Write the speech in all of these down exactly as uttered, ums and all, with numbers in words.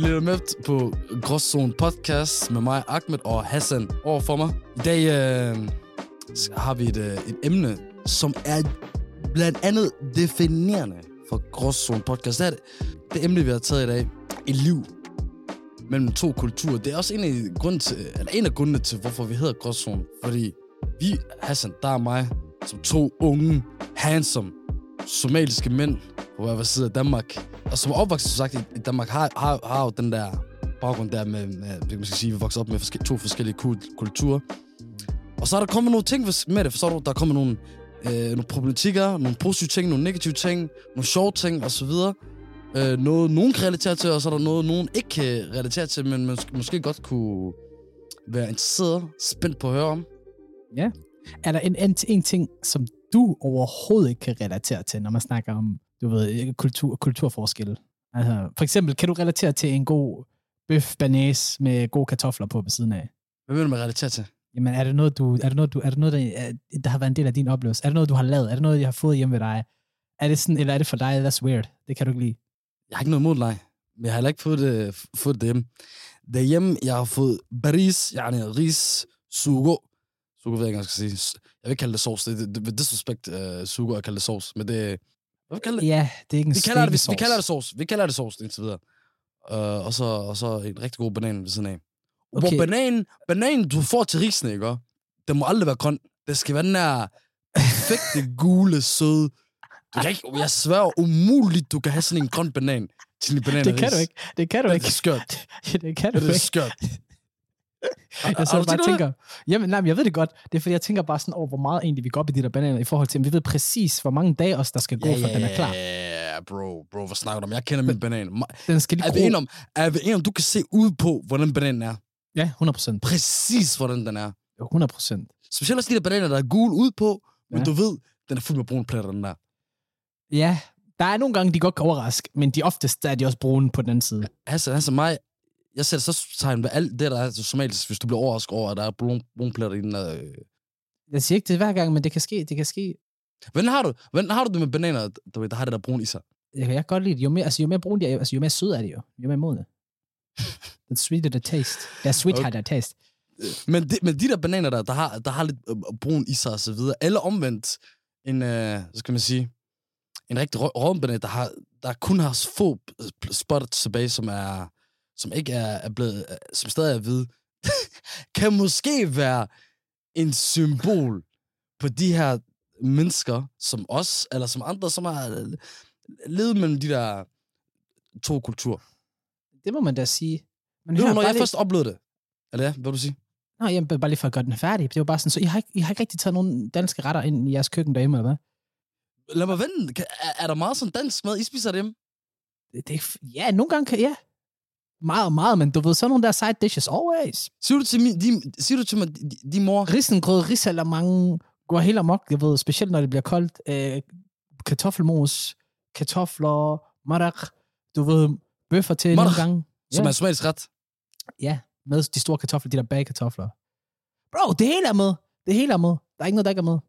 lytter med på Gråzone Podcast med mig, Ahmed og Hassan overfor mig. I dag øh, har vi et, øh, et emne, som er blandt andet definerende for Gråzone Podcast. Det er det, det emne, vi har taget i dag. Et liv mellem to kulturer. Det er også en af, grund til, eller en af grundene til, hvorfor vi hedder Gråzone. Fordi vi, Hassan, der er mig, som to unge, handsome, somaliske mænd på hver side af Danmark, og som er opvokset, som sagt, i Danmark, har, har, har jo den der baggrund der med, med man skal sige, vi vokser op med forske, to forskellige kulturer. Og så er der kommet nogle ting med det, forstår du? Der er kommet nogle, øh, nogle problematikker, nogle positive ting, nogle negative ting, nogle sjove ting, og så videre. Øh, noget, nogen kan relatere til, og så er der noget, nogen ikke kan relatere til, men man måske godt kunne være interesseret, spændt på at høre om. Ja. Er der en, en, en ting, som du overhovedet ikke kan relatere til, når man snakker om, du ved, kultur, kulturforskelle? Altså, for eksempel, kan du relatere til en god bøf banæs med gode kartofler på ved siden af? Hvad vil du med relatere til? Jamen, er det noget, du, er det noget, du, er det noget der, der har været en del af din oplevelse? Er det noget, du har lavet? Er det noget, jeg har fået hjemme ved dig? Er det sådan, eller er det for dig? That's weird. Det kan du ikke lide. Jeg har ikke noget mod dig, men jeg har heller ikke fået det, fået det hjemme. Derhjemme, jeg har fået baris, jeg har ris, sugo. Sugo ved jeg ikke, hvad jeg skal sige. Jeg vil ikke kalde det sovs. Det er det, det, disrespect uh, sugo at kalde det sovs. Men det... Hvad vi kalder det? Ja, det er ikke en vi kalder det, vi, vi kalder det sovs. Vi kalder det sovs, indtil videre. Uh, og, så, og så en rigtig god banan ved siden af. Okay. Hvor bananen, bananen, du får til risen, ikke? Den må aldrig være grøn. Det skal være den der perfekte, gule, søde. Du kan ikke, jeg sværger umuligt, du kan have sådan en grøn banan til en banan. Det kan du ikke. Det kan du ikke. Det er skørt. Det kan du ikke. Det er skørt. Jeg så bare tænker, jamen, nej, men jeg ved det godt. Det er fordi, jeg tænker bare sådan over, hvor meget egentlig vi går op i de der bananer i forhold til, at vi ved præcis, hvor mange dage også der skal gå, yeah, for den er klar. Ja, yeah, bro, bro, hvad snakker du om? Jeg kender min banan. Den skal lige er vi enige om, er vi enige om, du kan se ud på, hvordan bananen er? Ja, hundrede procent. Præcis, hvordan den er. hundrede procent. Specielt også de der bananer, der er gul ud på, men ja. Du ved, den er fuld med brune pletter, den der. Ja, der er nogle gange, de godt kan overraske, men de oftest er de også brune på den anden side. Altså, altså mig, jeg sætter så tegn ved alt det, der er så somalisk, hvis du bliver overrasket over, at der er brune, brune pletter i den der... Øh... Jeg siger ikke det hver gang, men det kan ske, det kan ske. Hvordan har du, hvordan har du det med bananer, der, der har det der brun i sig? Jeg kan jeg godt lide det. Jo mere, altså, jo mere brun de er, altså, jo mere søde er de jo. Jo mere modne. The sweeter the taste. The sweeter okay. the taste. Men de, men de der bananer der, der har, der har lidt øh, brun i sig og så videre, eller omvendt en, øh, så skal man sige, en rigtig rådden banan, der, har, der kun har få spots tilbage, som er, som ikke er, er blevet, som stadig er hvide, kan måske være en symbol på de her mennesker, som os, eller som andre, som har levet mellem de der to kulturer. Det må man da sige. Men det var, når jeg lige... først oplevede det. Eller ja, hvad vil du sige? Nå, jamen, bare lige for at gøre den færdig. Det var bare sådan, så I har ikke, I har ikke rigtig taget nogen danske retter ind i jeres køkken derhjemme, eller hvad? Lad mig vente. Er, er der meget sådan dansk mad, I spiser dem? Det, det, ja, nogle gange kan, ja. Meget, meget, men du ved, sådan nogle der side dishes, always. Siger du til, min, de, siger du til mig, de, de mor? Risengrød, risalamande går helt amok, jeg ved, specielt når det bliver koldt. Øh, kartoffelmos, kartofler, marak, du ved, bøffer til marak, nogle gange. Som ja. er somalisk ret? Ja, med de store kartofler, de der bagkartofler. Bro, det hele er med. Det hele er med. Der er ikke noget, der ikke er med.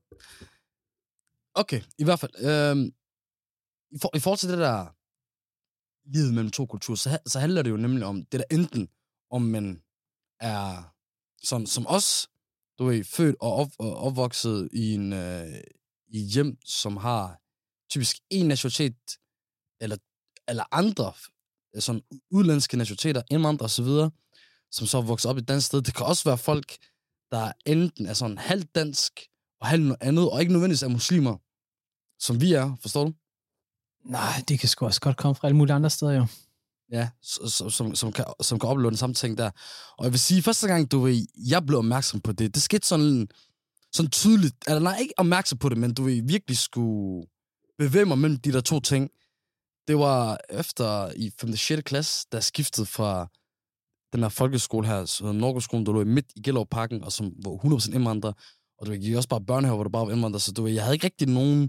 Okay, i hvert fald. Øhm, i, for, I forhold til det der livet mellem to kulturer, så, så handler det jo nemlig om det der enten, om man er som, som os, du er født og, op, og opvokset i en øh, i et hjem, som har typisk en nationalitet, eller, eller andre sådan udlandske nationaliteter, indvandrere og så videre, som så er vokset op i et dansk sted. Det kan også være folk, der enten er sådan halvt dansk, og halvt noget andet, og ikke nødvendigvis er muslimer, som vi er, forstår du? Nej, det kan sgu også godt komme fra alle mulige andre steder, jo. Ja, som, som, som, kan, som kan opleve den samme ting der. Og jeg vil sige, første gang, du ved, jeg blev opmærksom på det, det skete sådan, sådan tydeligt, eller nej, ikke opmærksom på det, men du ved, virkelig skulle bevæge mig mellem de der to ting. Det var efter i femte og sjette klasse, der skiftede fra den her folkeskole her, så Norgeskolen, der lå midt i Gellerupparken, og som var hundrede procent indvandrere, og du gik også bare børnehave, hvor der bare var indvandrere, så du ved, jeg havde ikke rigtig nogen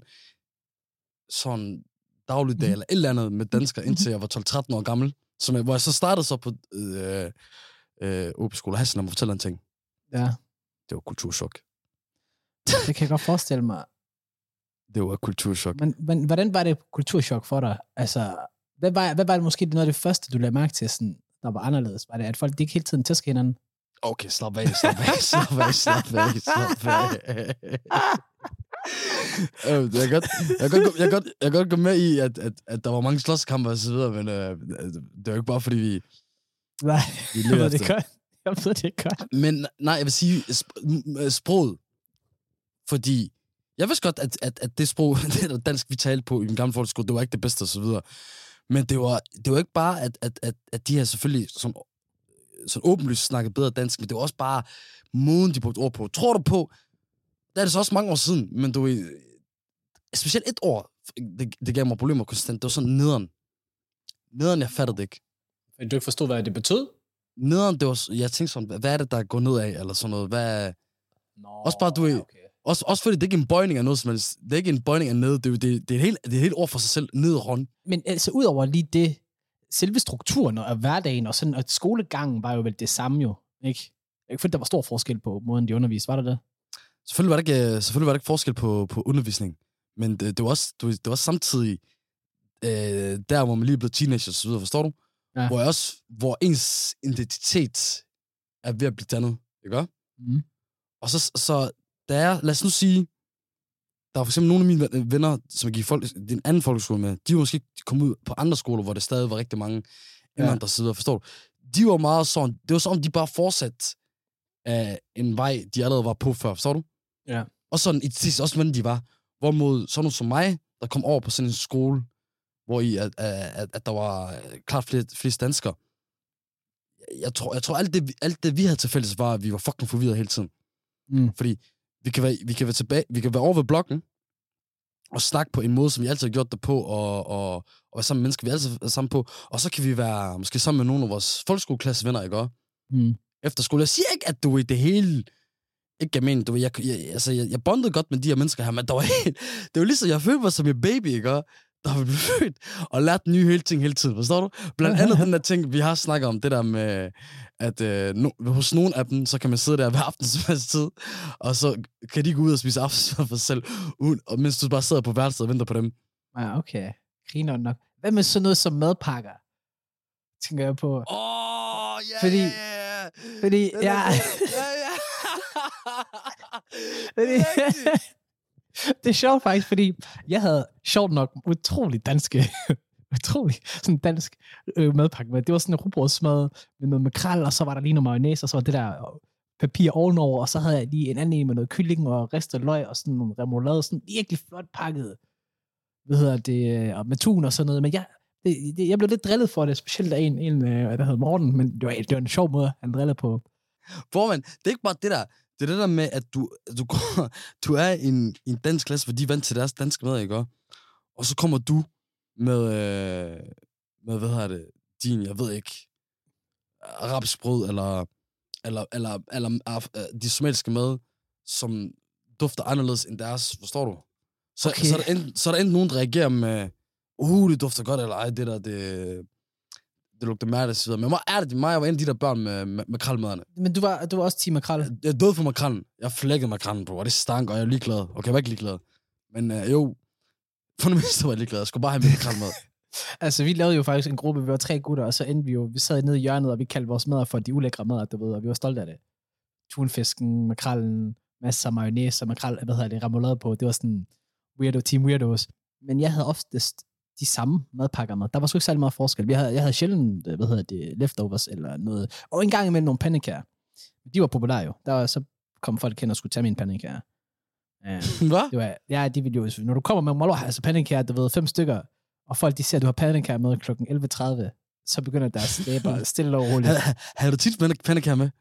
sådan dagligdag eller et eller andet med danskere, indtil jeg var tolv tretten år gammel, som jeg, hvor jeg så startede så på øh, øh, O P-skole. Hassan, jeg må fortælle en ting. Ja. Det var kulturschok. Det kan jeg godt forestille mig. Det var kulturschok. Men, men hvordan var det kulturschok for dig? Altså, hvad var, hvad var det måske noget af det første, du lagde mærke til? Sådan, der var anderledes? Var det, at folk ikke hele tiden tæsker hinanden? Okay, slap af, slap af, slap af, slap af, slap af. jeg, kan godt, jeg, kan godt, jeg, kan godt, jeg kan godt gå med i, at, at, at der var mange slåskampe og så videre, men øh, det er jo ikke bare, fordi vi... Nej, vi jeg ved det godt. Jeg ved det godt. Men nej, jeg vil sige sp- sproget. Fordi jeg vidste godt, at, at, at det sprog, det dansk, vi talte på i min gamle folkeskole, det var ikke det bedste og så videre. Men det var, det var ikke bare, at, at, at, at de her selvfølgelig sådan, sådan åbenlyst snakkede bedre dansk, men det var også bare måden, de brugte ord på. Tror du på, der er det så også mange år siden, men du er specielt et år, det, det gav mig problemer konstant. Det var sådan nederen. Nederen, jeg fattede det ikke. Men du ikke forstod, hvad det betød? Nederen, det var, jeg tænkte sådan, hvad er det, der går nedad, eller sådan noget. Hvad... Nå, også bare, du er, okay. også, også fordi det er ikke en bøjning af noget som helst. Det er ikke en bøjning af ned, det er, det, det er, et, helt, det er et helt ord for sig selv, ned og hånd. Men altså, udover lige det, selve strukturen og hverdagen, og sådan, og skolegangen var jo vel det samme jo, ikke? Jeg følte, der var stor forskel på måden, de underviste. Var der det? Selvfølgelig var der ikke, selvfølgelig var der ikke forskel på, på undervisning, men det, det, var også, det, det var også samtidig øh, der, hvor man lige er blevet teenager og så videre, forstår du? Ja. Hvor, også, hvor ens identitet er ved at blive dannet, ikke? Mm. Og så, så der er, lad os nu sige, der er for eksempel nogle af mine venner, som jeg gik folk, den anden folkeskole med, de var måske kommet ud på andre skoler, hvor der stadig var rigtig mange indvandrere sider, forstår du? De var meget sådan, det var som om, de bare fortsatte af en vej, de allerede var på før, forstår du? Ja. Og sådan i sidst også, hvordan de var. Hvorimod sådan noget som mig, der kom over på sådan en skole, hvor i at, at, at der var klart flere, flere danskere. Jeg tror, jeg tror alt, det, alt det, vi havde til fælles, var, at vi var fucking forvirret hele tiden. Mm. Fordi vi kan, være, vi kan være tilbage, vi kan være over ved blokken, og snakke på en måde, som vi altid har gjort det på, og, og, og være sammen med mennesker, vi altid er sammen på. Og så kan vi være måske sammen med nogle af vores folkeskoleklassevenner, ikke? Mm. Efter skole. Jeg siger ikke, at du i det hele... Ikke, jeg mener, du, jeg, jeg, altså, jeg, jeg bondede godt med de her mennesker her, men der var helt, det var ligesom, jeg følte mig som en baby, ikke? Der var blevet født og lært nye hele ting hele tiden, forstår du? Blandt andet den der ting, vi har snakket om, det der med, at øh, no, hos nogle af dem, så kan man sidde der hver aftens tid, og så kan de gå ud og spise aftensmad for sig selv, uden, og mens du bare sidder på værelset og venter på dem. Ja, okay. Griner nok. Hvad med sådan noget som madpakker? Tænker jeg på. Åh, oh, ja, fordi, ja, ja. Fordi, ja. ja, ja. fordi, det er sjovt faktisk, fordi jeg havde sjovt nok utrolig danske, utrolig sådan dansk øh, madpakke med. Det var sådan en rugbrødsmad med noget makrel, og så var der lige noget mayonnaise, og så var det der papir ovenover, og så havde jeg lige en anden en med noget kylling og ristet løg og sådan nogle remoulade, sådan virkelig flot pakket, hvad hedder det, og med tun og sådan noget. Men jeg, det, det, jeg blev lidt drillet for det, specielt af en, en der hedder Morten, men det var, det var en sjov måde, han drillede på. Formand, det er ikke bare det der. Det er det der med, at du, du, går, du er i en, en dansk klasse, hvor de er vant til deres danske mad, ikke? Og så kommer du med, øh, med hvad hedder det, din, jeg ved ikke, arabisk brød, eller, eller, eller, eller uh, de somaliske mad, som dufter anderledes end deres, forstår du? Så, okay. så, er der enten, så er der enten nogen, der reagerer med, uh, det dufter godt, eller ej, det der, det... det lugter mærkeligt, så videre. Men hvor er det, mig, jeg var en af de der børn med, med makrelmaderne. Men du var, du var også team makrel? Jeg døde for makrellen. Jeg flækkede makrellen, bro, og det stank, og jeg er ligeglad. Okay, jeg var ikke ligeglad. Men øh, jo, for det meste var jeg ligeglad. Jeg skulle bare have min makrelmad. Altså, vi lavede jo faktisk en gruppe, vi var tre gutter, og så endte vi jo, vi sad nede i hjørnet, og vi kaldte vores madder for de ulækre madder, du ved, og vi var stolte af det. Tunfisken, makrellen, masser af mayonnaise og makrel, hvad hedder det, remoulade på. Det var sådan weirdo, team weirdos. Men jeg havde oftest de samme madpakker med. Der var sgu ikke særlig meget forskel. Jeg havde, jeg havde sjældent, hvad hedder det, leftovers eller noget. Og en gang imellem nogle pandekager. De var populære jo. Der var, så kom folk hen og skulle tage mine pandekager. Uh, Hvad? Det var, ja, de ville jo, når du kommer med Molo, altså pandekager, du ved, fem stykker, og folk de ser, at du har pandekager med klokken elleve tredive, så begynder deres læber stille og roligt. Havde du tit pandekager med?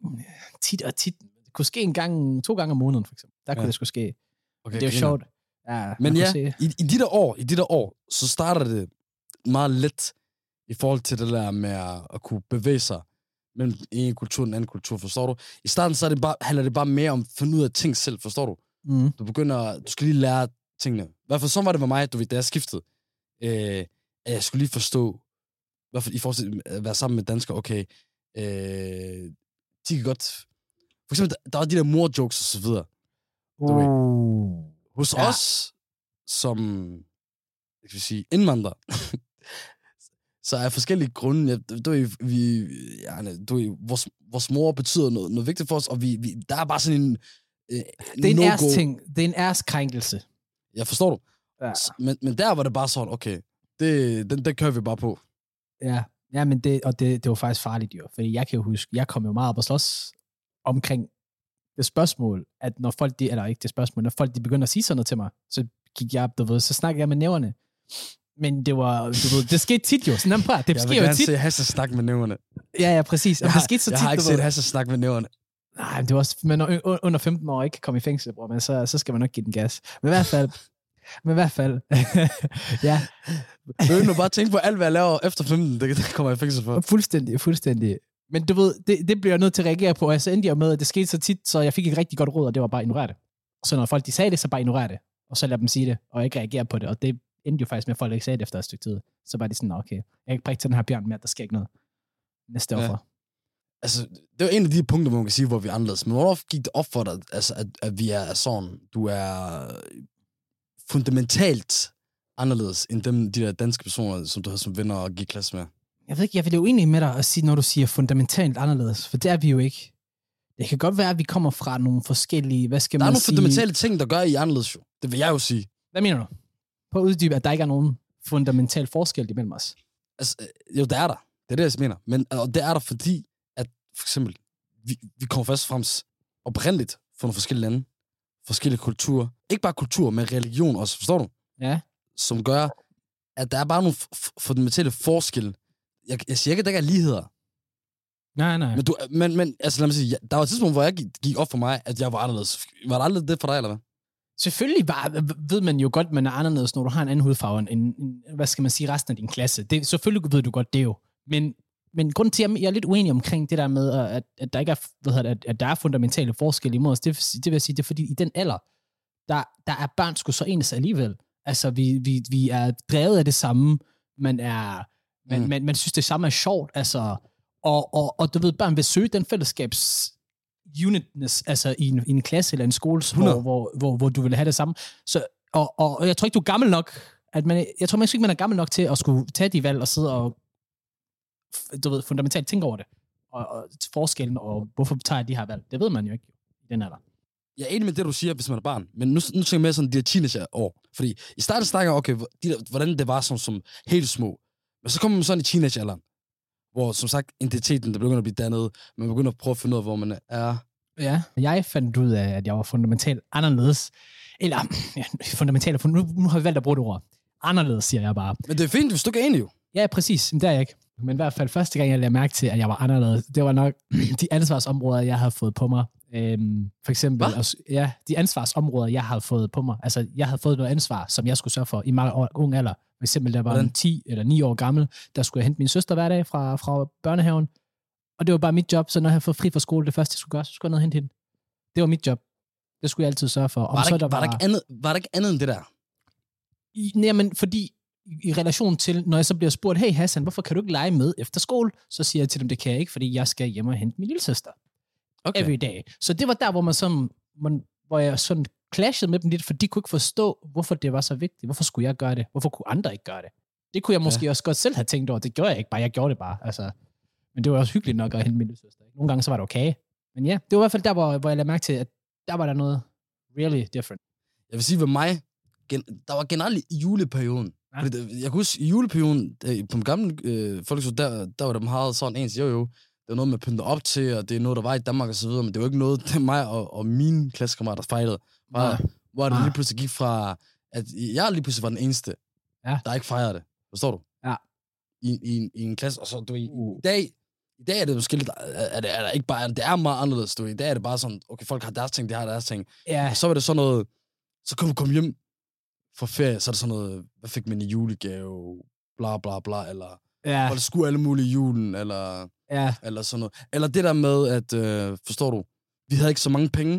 Tit og tit. Det kunne ske en gang, to gange om måneden, for eksempel. Der kunne ja. det sgu ske. Okay, det er jo sjovt. Ja, men ja, i, i de der år, i de der år, så starter det meget let i forhold til det der med at, at kunne bevæge sig mellem en kultur og en anden kultur, forstår du? I starten så er det bare, handler det bare mere om at finde ud af ting selv, forstår du? Mm. Du begynder, du skal lige lære tingene. I hvert fald så var det med mig, du ved, da jeg skiftede, øh, at jeg skulle lige forstå, i hvert fald i forhold til at være sammen med danskere, okay, øh, de kan godt, for eksempel, der, der var de der mor-jokes og så videre. Du ved. Uh. Hos ja. os, som jeg vil sige, indvandrere, Så af forskellige grunde, ja, du er, vi, ja, du er, vores, vores mor betyder noget, noget vigtigt for os, og vi, vi, der er bare sådan en øh, det er en ærs-ting. Det er en æreskrænkelse. Jeg forstår du. Ja. Men, men der var det bare sådan, okay, det, den, den kører vi bare på. Ja, ja men det, og det, det var faktisk farligt jo, fordi jeg kan jo huske, jeg kom jo meget op og slås omkring det spørgsmål, at når folk, de, eller ikke det spørgsmål, når folk de begynder at sige sådan noget til mig, så gik jeg op, du ved, så snakkede jeg med næverne. Men det var, du ved, det skete tit jo, sådan prøv, det jeg sker jo tit. Jeg vil gerne se Hasse snakke med næverne. Ja, ja, præcis. Jeg, har, det skete så jeg tit, har ikke set Hasse snakke med næverne. Nej, det var også, men når under femten år ikke kan komme i fængsel, bror, men så, så skal man nok give den gas. Men i hvert fald, men i hvert fald, ja. Du vil nu bare tænke på alt, hvad jeg laver efter femten, det, det kommer jeg i fængsel for. Fuldstændig, fuldstændig. Men du ved, det, det bliver jeg nødt til at reagere på, og så endte jeg med, at det skete så tit, så jeg fik et rigtig godt råd, og det var bare at ignorere det. Og så når folk de sagde det, så bare ignorere det, og så lad dem sige det, og ikke reagere på det, og det endte jo faktisk med, at folk ikke sagde det efter et stykke tid. Så var de sådan, okay, jeg kan ikke prikke til den her bjørn mere, der sker ikke noget. Næste år for. Altså, det var en af de punkter, hvor man kan sige, hvor vi er anderledes. Men hvornår gik det op for dig, altså, at, at vi er sådan, du er fundamentalt anderledes, end dem, de der danske personer, som du har som venner og gik klasse med? Jeg ved ikke, jeg vil jo uenig med dig at sige, når du siger fundamentalt anderledes, for det er vi jo ikke. Det kan godt være, at vi kommer fra nogle forskellige, hvad skal der man sige... Der er nogle fundamentale ting, der gør I anderledes jo. Det vil jeg jo sige. Hvad mener du? På at uddybe, at der ikke er nogen fundamental forskel imellem os. Altså, jo, det er der. Det er det, jeg mener. Men og det er der, fordi, at for eksempel, vi, vi kommer først og fremmest oprindeligt fra nogle forskellige lande, forskellige kulturer. Ikke bare kultur, men religion også, forstår du? Ja. Som gør, at der er bare nogle fundamentale forskelle. Jeg, jeg siger ikke, at der ikke er ligheder. Nej, nej. Men, du, men, men altså, lad mig sige, der var et tidspunkt, hvor jeg gik, gik op for mig, at jeg var anderledes. Var der aldrig det for dig, eller hvad? Selvfølgelig var, ved man jo godt, at man er anderledes, når du har en anden hudfarve end, end, hvad skal man sige, resten af din klasse. Det, selvfølgelig ved du godt det jo. Men, men grunden til, at jeg er lidt uenig omkring det der med, at, at der ikke er, hvad hedder det, at der er fundamentale forskelle imod os, det, det vil jeg sige, det er fordi, i den alder, der, der er børn sgu så ens alligevel. Altså, vi, vi, vi er drevet af det samme. Man er, man, mm. man, man synes, det samme er sjovt. Altså, og, og, og du ved, børn vil søge den fællesskabs unitness, altså i en, i en klasse eller en skole, hvor, hvor, hvor, hvor du vil have det samme. Så, og, og jeg tror ikke, du er gammel nok, at man, jeg tror måske ikke, man er gammel nok til at skulle tage de valg og sidde og du ved, fundamentalt tænke over det. Og, og forskellen, og hvorfor tager jeg de her valg. Det ved man jo ikke i den alder. Jeg er enig med det, du siger, hvis man er barn. Men nu, nu tænker jeg med sådan de her teenager-år. Fordi i starten snakker okay, de der, hvordan det var som, som helt små. Men så kommer man sådan i teenagealderen, hvor som sagt identiteten, der begynder at blive dannet. Man begynder at prøve at finde ud af, hvor man er. Ja, jeg fandt ud af, at jeg var fundamentalt anderledes. Eller, ja, fundamentalt, nu, nu har vi valgt at bruge det ord. Anderledes, siger jeg bare. Men det er fint, hvis du ikke er enig jo. Ja, præcis. Men det er jeg ikke. Men i hvert fald første gang, jeg lagde mærke til, at jeg var anderledes, det var nok de ansvarsområder, jeg havde fået på mig. Øhm, for eksempel, altså, ja, de ansvarsområder, jeg havde fået på mig. Altså, jeg havde fået noget ansvar, som jeg skulle sørge for i meget ung alder. For eksempel, der var en ti eller ni år gammel, der skulle jeg hente min søster hver dag fra, fra børnehaven. Og det var bare mit job, så når jeg havde fået fri fra skole, det første, jeg skulle gøre, så skulle jeg ned og hente hende. Det var mit job. Det skulle jeg altid sørge for. Om var, der så, ikke, der var, var, der ikke andet, var der ikke andet end det der? I, nej, men fordi i relation til, når jeg så bliver spurgt, hey Hassan, hvorfor kan du ikke lege med efter skole? Så siger jeg til dem, det kan jeg ikke, fordi jeg skal hjem og hente min lille søster. Okay. Every day. Så det var der, hvor man sådan, man, hvor jeg sådan clashede med dem lidt, for de kunne ikke forstå, hvorfor det var så vigtigt. Hvorfor skulle jeg gøre det? Hvorfor kunne andre ikke gøre det? Det kunne jeg måske ja. også godt selv have tænkt over. Det gjorde jeg ikke bare. Jeg gjorde det bare. Altså, men det var også hyggeligt nok at hente min lille søster. Nogle gange så var det okay. Men ja, det var i hvert fald der, hvor, hvor jeg lagde mærke til, at der var der noget really different. Jeg vil sige, ved mig, gen, der var generelt i juleperioden. Ja. Fordi, jeg kan huske, i juleperioden, på den gamle øh, folkeskole, der, der var der meget sådan ens, jo jo, det var noget, man pyntede op til, og det er noget, der var i Danmark og så videre, men det var ikke noget, det mig og, og mine klassekammerater fejlede. Bare, ja. Hvor det ja. lige pludselig gik fra, at jeg lige pludselig var den eneste, ja. der ikke fejrede det. Forstår du? Ja. I, i, i en klasse, og så du i, uh. i dag, i dag er det måske lidt, er det, er det ikke bare, det er meget anderledes, du i dag er det bare sådan, okay, folk har deres ting, de har deres ting. Ja. Og så var det sådan noget, så kunne du komme hjem fra ferie, så er det sådan noget, hvad fik man i julegave, bla bla bla, eller ja. hvor det skulle alle mulige i julen, eller, ja. eller sådan noget. Eller det der med, at, øh, forstår du, vi havde ikke så mange penge,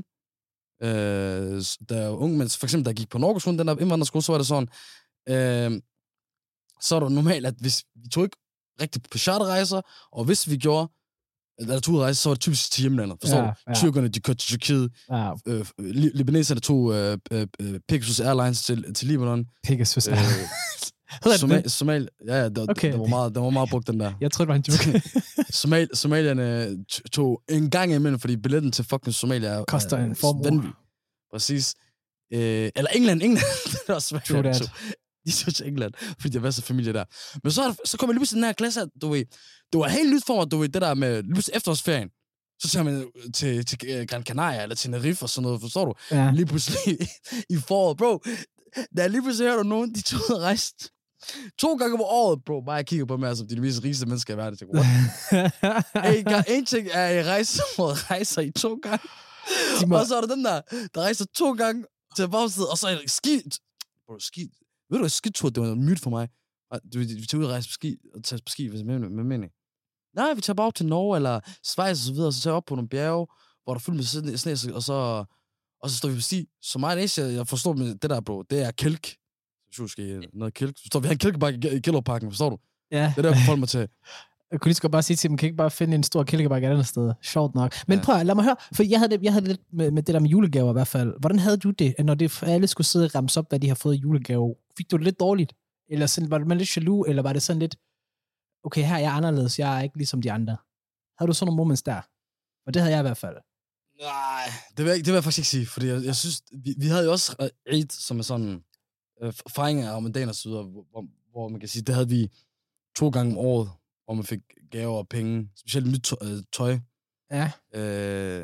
øh, da jeg var ung, men for eksempel, da jeg gik på Norgeskolen, den der indvandrerskole, så var det sådan, øh, så er det normalt, at hvis vi tog ikke rigtig på charterrejser, og hvis vi gjorde, eller tog rejser, så var det typisk til hjemlandet, forstår ja, du? Ja. Tyrkerne, de kørte til Tyrkiet, ja. øh, Libaneserne tog øh, øh, Pegasus Airlines til, til Libanon. Pegasus Airlines. Somal, Somal, ja, ja, der, Okay. der, var meget, der var meget brugt, den der. Jeg tror det var en joke. Somal, somalierne t- tog en gang imellem, fordi billetten til fucking Somalia er, Koster en er formue. vanvittig. Præcis. Øh, eller England, England. Det var True Somalia, de that. tog, de tog til England, fordi der var så familie der. Men så, er der- så kommer jeg lige pludselig den her klasse, her, du ved, det var helt nyt for mig, du ved, det der med lige pludselig efterårsferien. Så tager man til, til øh, Gran Canaria eller Tenerife og sådan noget, forstår du? Ja. Lige pludselig i foråret, bro. Da jeg lige pludselig hørte nogen, de tog ud og rejste to gange om året, bro. Bare jeg kigger på mig som de mest rigeste mennesker i verden. Jeg tænker, what? en, gang, en ting er, at I rejser, og rejser i to gange. De må- Og så er der dem der, der rejser to gange til bagsted, og så er det ski... Bro, ski... Ved du hvad, skitur, det var en myt for mig. Du, vi tager ud og rejse på ski, og tager på ski, hvis med, med mening. Nej, vi tager bare op til Norge, eller Schweiz og så videre, og så tager vi op på nogle bjerge, hvor der er fyldt med sne, sne, og så, og så står vi på sti. Så meget det eneste, jeg forstår med det der, bro, det er kælk. Jeg synes, måske noget kælk. Forstår vi har en kælkebakke i Gellerparken, forstår du? Ja. Det er der, jeg forholder mig til. Jeg kunne lige så godt bare sige til dem, kan I ikke bare finde en stor kælkebakke et andet sted? Sjovt nok. Men Ja. prøv at, lad mig høre, for jeg havde, det, jeg havde lidt med, med det der med julegaver i hvert fald. Hvordan havde du det, når det, alle skulle sidde og ramse op, hvad de har fået i julegave? Fik du det lidt dårligt? Eller sådan, var du lidt jaloux, eller var det sådan lidt, okay, her er jeg anderledes, jeg er ikke ligesom de andre? Havde du sådan nogle moments der? Og det havde jeg i hvert fald. Nej, det vil, jeg, ikke- det vil jeg faktisk ikke sige, fordi jeg, jeg synes, vi, vi havde jo også uh, Eid, som er sådan uh, fejringer af ramadan og så videre, hvor, hvor, hvor man kan sige, det havde vi to gange om året, hvor man fik gaver og penge, specielt nyt tøj. Uh, tøj. Ja. Uh,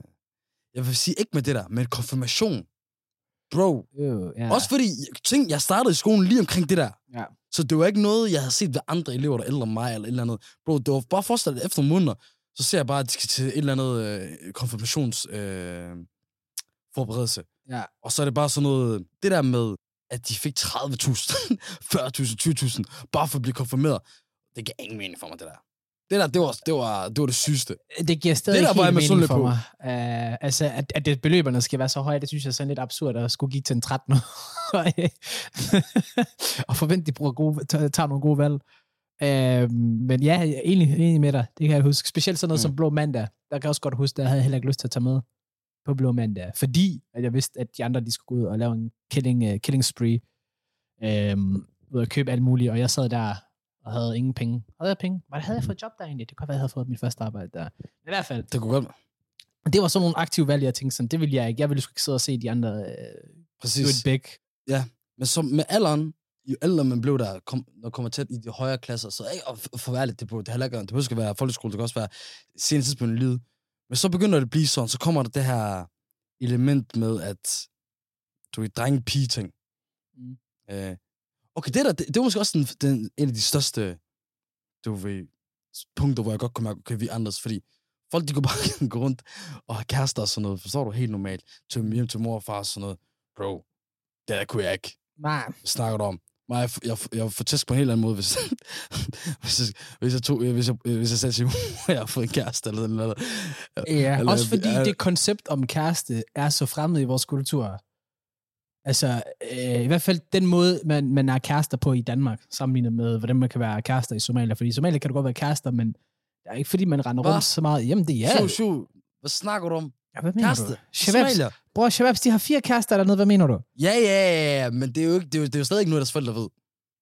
jeg vil sige ikke med det der, men konfirmation. Bro, Øh, ja. også fordi, ting, jeg startede i skolen lige omkring det der, Ja. så det var ikke noget, jeg havde set ved andre elever, der er ældre end mig, eller et eller andet. Bro, det var bare forestillet efter nogle måneder, så ser jeg bare, at de skal til et eller andet øh, konfirmations øh, forberedelse. Ja. Og så er det bare sådan noget, det der med, at de fik tredive tusind, fyrre tusind, tyve tusind, bare for at blive konfirmeret, det gav ingen mening for mig, det der. Det der, det var det, var, det, var det sygeste. Det giver stadig Det der ikke var jeg helt mening misundelig for på. mig. Uh, altså, at, at det, beløberne skal være så høje, det synes jeg er sådan lidt absurd at skulle give til en tretten og forvente, de bruger gode, tager nogle gode valg. Uh, men ja, jeg er enig, enig med dig. Det kan jeg huske. Specielt sådan noget mm. som Blå Mandag. Der kan jeg også godt huske, at jeg havde heller ikke lyst til at tage med på Blå Mandag. Fordi at jeg vidste, at de andre de skulle gå ud og lave en killing, uh, killing spree. Um, ud at købe alt muligt. Og jeg sad der og havde ingen penge. Havde jeg penge? Hvad havde jeg fået job der egentlig? Det kunne være, jeg havde fået mit første arbejde der. I hvert fald. Det kunne godt være. Det var sådan nogle aktive valg, jeg tænkte sådan, det ville jeg ikke. Jeg ville sgu ikke sidde og se de andre øh, Præcis. do it big. Ja, men som med alderen, jo ældre man blev der, kom, når kommer tæt i de højere klasser, så ikke at forværre lidt, det, det, det, det behøver ikke være folkeskole, det kan også være senere tidspunkt i livet. Men så begynder det at blive sådan, så kommer der det her element med, at du er drenge-pige-ting. Mm. Øh, okay, det der, det, det var måske også den, den, en af de største, du ved, punkter, hvor jeg godt kunne mærke, okay, vi er anderledes, fordi folk, de kunne bare gå rundt og have kærester og sådan noget, forstår du, helt normalt, til hjem til mor og far og sådan noget. Bro, det der kunne jeg ikke. Nej. Hvad snakker du om? Jeg, jeg, jeg, jeg får tæsk på en helt anden måde, hvis, hvis, jeg, hvis, jeg, tog, hvis, jeg, hvis jeg sagde til mor, jeg har fået en kæreste eller noget. Ja, eller, også fordi er, det koncept om kæreste er så fremmed i vores kultur. Altså, øh, i hvert fald den måde, man, man er kærester på i Danmark, sammenlignet med, hvordan man kan være kærester i Somalia. Fordi i Somalia kan du godt være kærester, men det er ikke fordi, man render Hva? rundt så meget. Jamen, det er ja. Shoo, shoo. Hvad snakker du om? Ja, hvad mener Kæreste? du? Shababs, Somalia? bror, Shababs, de har fire kærester eller noget. Hvad mener du? Ja, ja, ja, men det er jo, ikke, det er jo, det er jo stadig ikke noget, deres forældre ved.